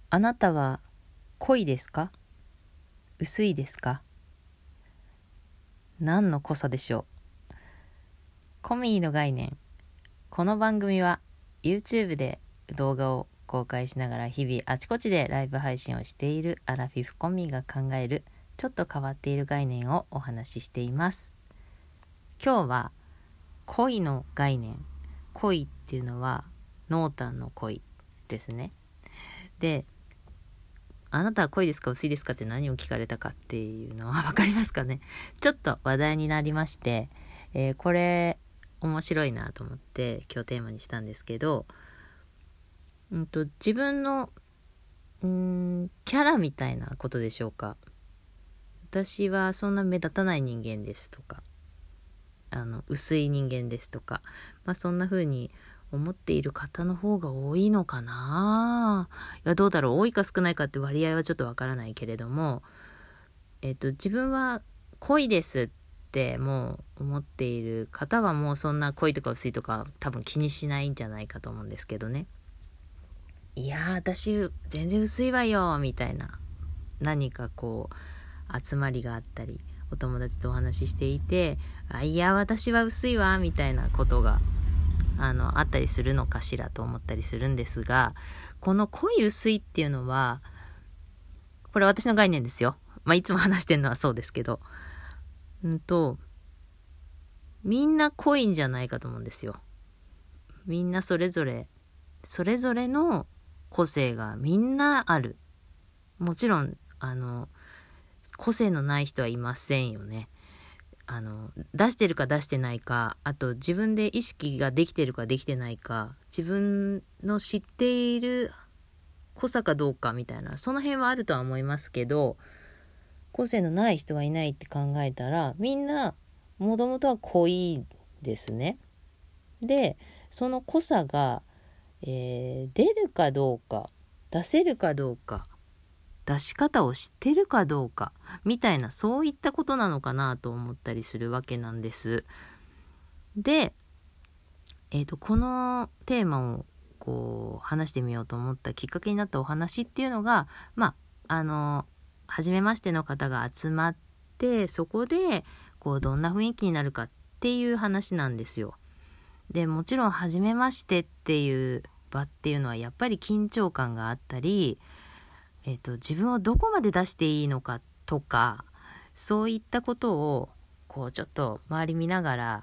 あなたは濃いですか？薄いですか？何の濃さでしょう？コミーの概念。この番組は YouTube で動画を公開しながら日々あちこちでライブ配信をしているアラフィフコミーが考えるちょっと変わっている概念をお話ししています。今日は恋の概念。恋っていうのは濃淡の恋ですね。で、あなたは濃いですか薄いですかって何を聞かれたかっていうのは分かりますかね。ちょっと話題になりまして、これ面白いなと思って今日テーマにしたんですけど、自分のキャラみたいなことでしょうか。私はそんな目立たない人間ですとか、薄い人間ですとか、そんな風に思っている方の方が多いのかな。いや、どうだろう、多いか少ないかって割合はちょっとわからないけれども、自分は濃いですってもう思っている方はもうそんな濃いとか薄いとか多分気にしないんじゃないかと思うんですけどね。いやー、私全然薄いわよみたいな、何かこう集まりがあったりお友達とお話ししていて、いや私は薄いわみたいなことがあったりするのかしらと思ったりするんですが、この濃い薄いっていうのはこれ私の概念ですよ。いつも話してるのはそうですけど、みんな濃いんじゃないかと思うんですよ。みんなそれぞれの個性がみんなある。もちろん個性のない人はいませんよね。出してるか出してないか、あと自分で意識ができてるかできてないか、自分の知っている濃さかどうかみたいな、その辺はあるとは思いますけど、個性のない人はいないって考えたら、みんなもともとは濃いですね。でその濃さが、出るかどうか、出せるかどうか、出し方を知ってるかどうかみたいな、そういったことなのかなと思ったりするわけなんです。で、このテーマをこう話してみようと思ったきっかけになったお話っていうのが、初めましての方が集まって、そこでこうどんな雰囲気になるかっていう話なんですよ。でもちろん初めましてっていう場っていうのはやっぱり緊張感があったり、自分をどこまで出していいのかとか、そういったことをこうちょっと周り見ながら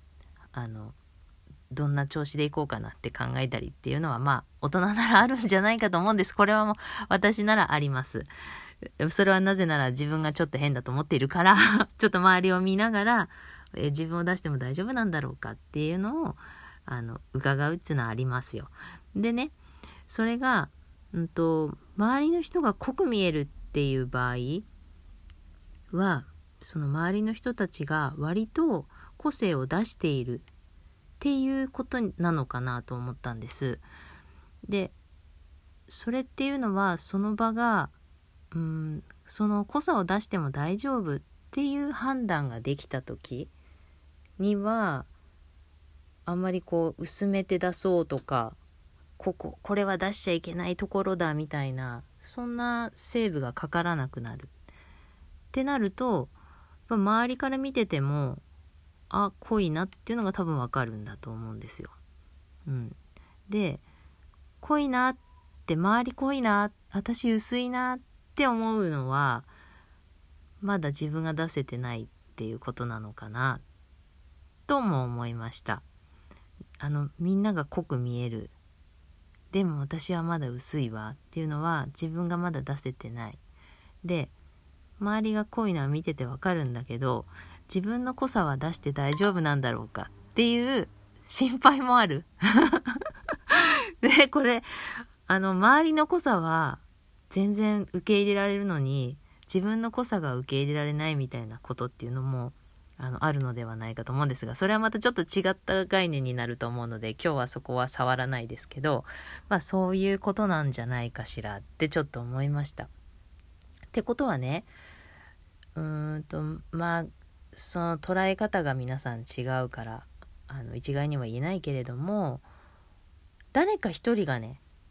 どんな調子でいこうかなって考えたりっていうのは大人ならあるんじゃないかと思うんです。これはもう私ならあります。それはなぜなら自分がちょっと変だと思っているからちょっと周りを見ながら、自分を出しても大丈夫なんだろうかっていうのを伺うっていうのはありますよ。でね、それが周りの人が濃く見えるっていう場合は、その周りの人たちが割と個性を出しているっていうことなのかなと思ったんです。で、それっていうのはその場がその濃さを出しても大丈夫っていう判断ができた時には、あんまりこう薄めて出そうとか、これは出しちゃいけないところだみたいな、そんなセーブがかからなくなるってなると、周りから見てても濃いなっていうのが多分わかるんだと思うんですよ。で、濃いなって、周り濃いな、私薄いなって思うのはまだ自分が出せてないっていうことなのかなとも思いました。みんなが濃く見える、でも私はまだ薄いわっていうのは自分がまだ出せてない。で、周りが濃いのは見ててわかるんだけど、自分の濃さは出して大丈夫なんだろうかっていう心配もあるで、これ周りの濃さは全然受け入れられるのに、自分の濃さが受け入れられないみたいなことっていうのもあるのではないかと思うんですが、それはまたちょっと違った概念になると思うので今日はそこは触らないですけど、そういうことなんじゃないかしらってちょっと思いました。ってことはね、その捉え方が皆さん違うから一概には言えないけれども、誰か一人がね、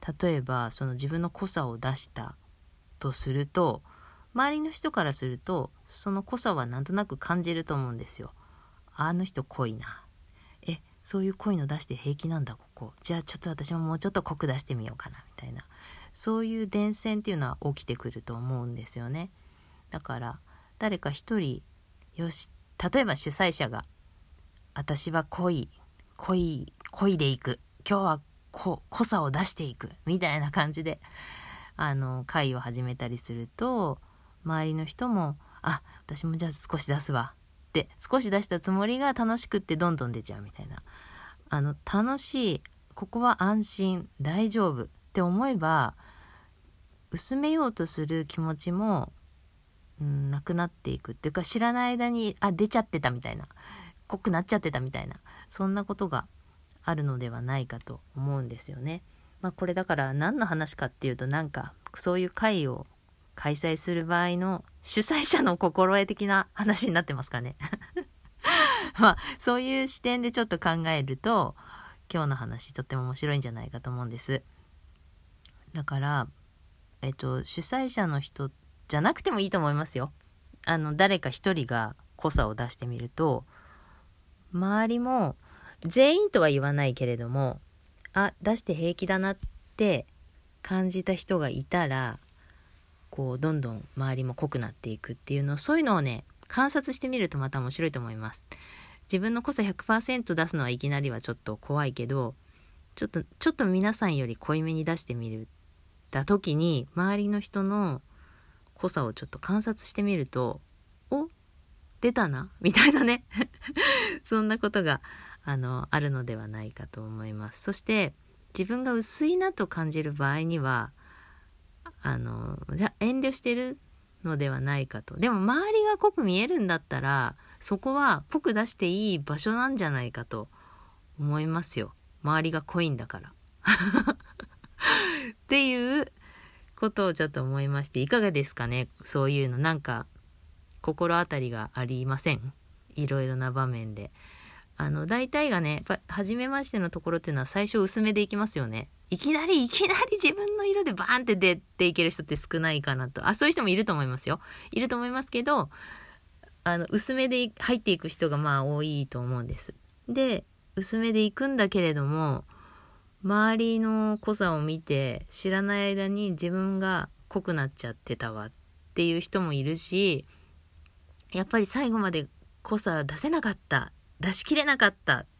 例えばその自分の濃さを出したとすると、周りの人からするとその濃さはなんとなく感じると思うんですよ。あの人濃いな、そういう濃いの出して平気なんだここ、じゃあちょっと私ももうちょっと濃く出してみようかなみたいな、そういう伝染っていうのは起きてくると思うんですよね。だから誰か一人、よし、例えば主催者が私は濃いでいく、今日は濃さを出していくみたいな感じで会を始めたりすると、周りの人も私もじゃあ少し出すわって少し出したつもりが楽しくってどんどん出ちゃうみたいな、楽しい、ここは安心大丈夫って思えば薄めようとする気持ちも、なくなっていくっていうか、知らない間に出ちゃってたみたいな、濃くなっちゃってたみたいな、そんなことがあるのではないかと思うんですよね。これだから何の話かっていうと、なんかそういう会を開催する場合の主催者の心得的な話になってますかねそういう視点でちょっと考えると今日の話とっても面白いんじゃないかと思うんです。だから主催者の人じゃなくてもいいと思いますよ。誰か一人が濃さを出してみると、周りも全員とは言わないけれども、出して平気だなって感じた人がいたら、こうどんどん周りも濃くなっていくっていうのを、そういうのをね観察してみるとまた面白いと思います。自分の濃さ 100% 出すのはいきなりはちょっと怖いけど、ちょっと皆さんより濃いめに出してみるた時に、周りの人の濃さをちょっと観察してみると、出たなみたいなねそんなことがあるのではないかと思います。そして自分が薄いなと感じる場合には遠慮してるのではないかと。でも周りが濃く見えるんだったら、そこは濃く出していい場所なんじゃないかと思いますよ。周りが濃いんだからっていうことをちょっと思いまして、いかがですかね。そういうのなんか心当たりがありません？いろいろな場面で大体がね、初めましてのところっていうのは最初薄めでいきますよね。いきなり自分の色でバーンって出ていける人って少ないかなと。そういう人もいると思いますよ。いると思いますけど、薄めで入っていく人が多いと思うんです。で、薄めでいくんだけれども、周りの濃さを見て知らない間に自分が濃くなっちゃってたわっていう人もいるし、やっぱり最後まで濃さ出せなかった、出し切れなかったって、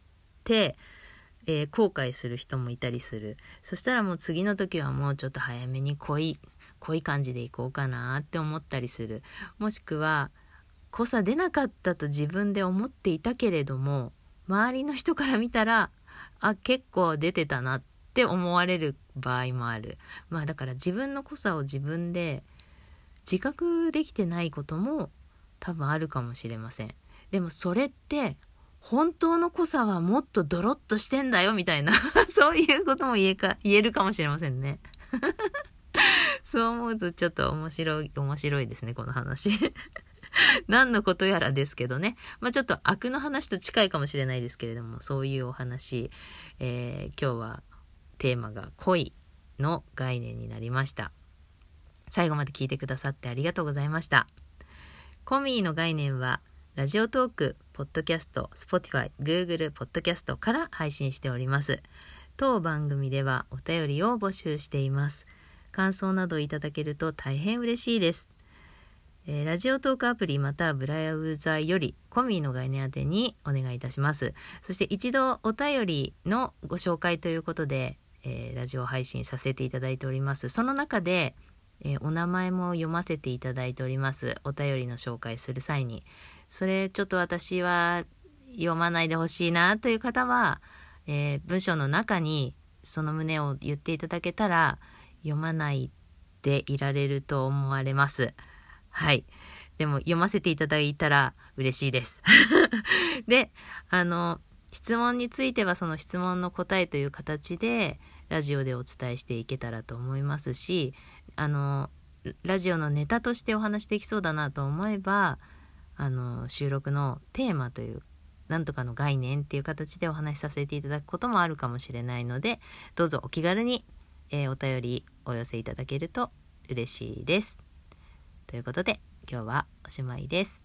後悔する人もいたりする。そしたらもう次の時はもうちょっと早めに濃い感じでいこうかなって思ったりする。もしくは濃さ出なかったと自分で思っていたけれども、周りの人から見たら結構出てたなって思われる場合もある。だから自分の濃さを自分で自覚できてないことも多分あるかもしれません。でもそれって本当の濃さはもっとドロッとしてんだよみたいなそういうことも言えるかもしれませんねそう思うとちょっと面白いですね、この話何のことやらですけどね。ちょっと悪の話と近いかもしれないですけれども、そういうお話、今日はテーマが恋の概念になりました。最後まで聞いてくださってありがとうございました。コミーの概念はラジオトーク、ポッドキャスト、Spotify、Google ポッドキャストから配信しております。当番組ではお便りを募集しています。感想などいただけると大変嬉しいです。ラジオトークアプリまたはブラウザよりコミーの概念宛てにお願いいたします。そして一度お便りのご紹介ということで、ラジオ配信させていただいております。その中で、お名前も読ませていただいております。お便りの紹介する際に、それちょっと私は読まないでほしいなという方は、文章の中にその旨を言っていただけたら読まないでいられると思われます。はい。でも読ませていただいたら嬉しいですで、質問についてはその質問の答えという形でラジオでお伝えしていけたらと思いますし、ラジオのネタとしてお話できそうだなと思えば、収録のテーマというなんとかの概念っていう形でお話しさせていただくこともあるかもしれないので、どうぞお気軽に、 お便りお寄せいただけると嬉しいです。ということで今日はおしまいです。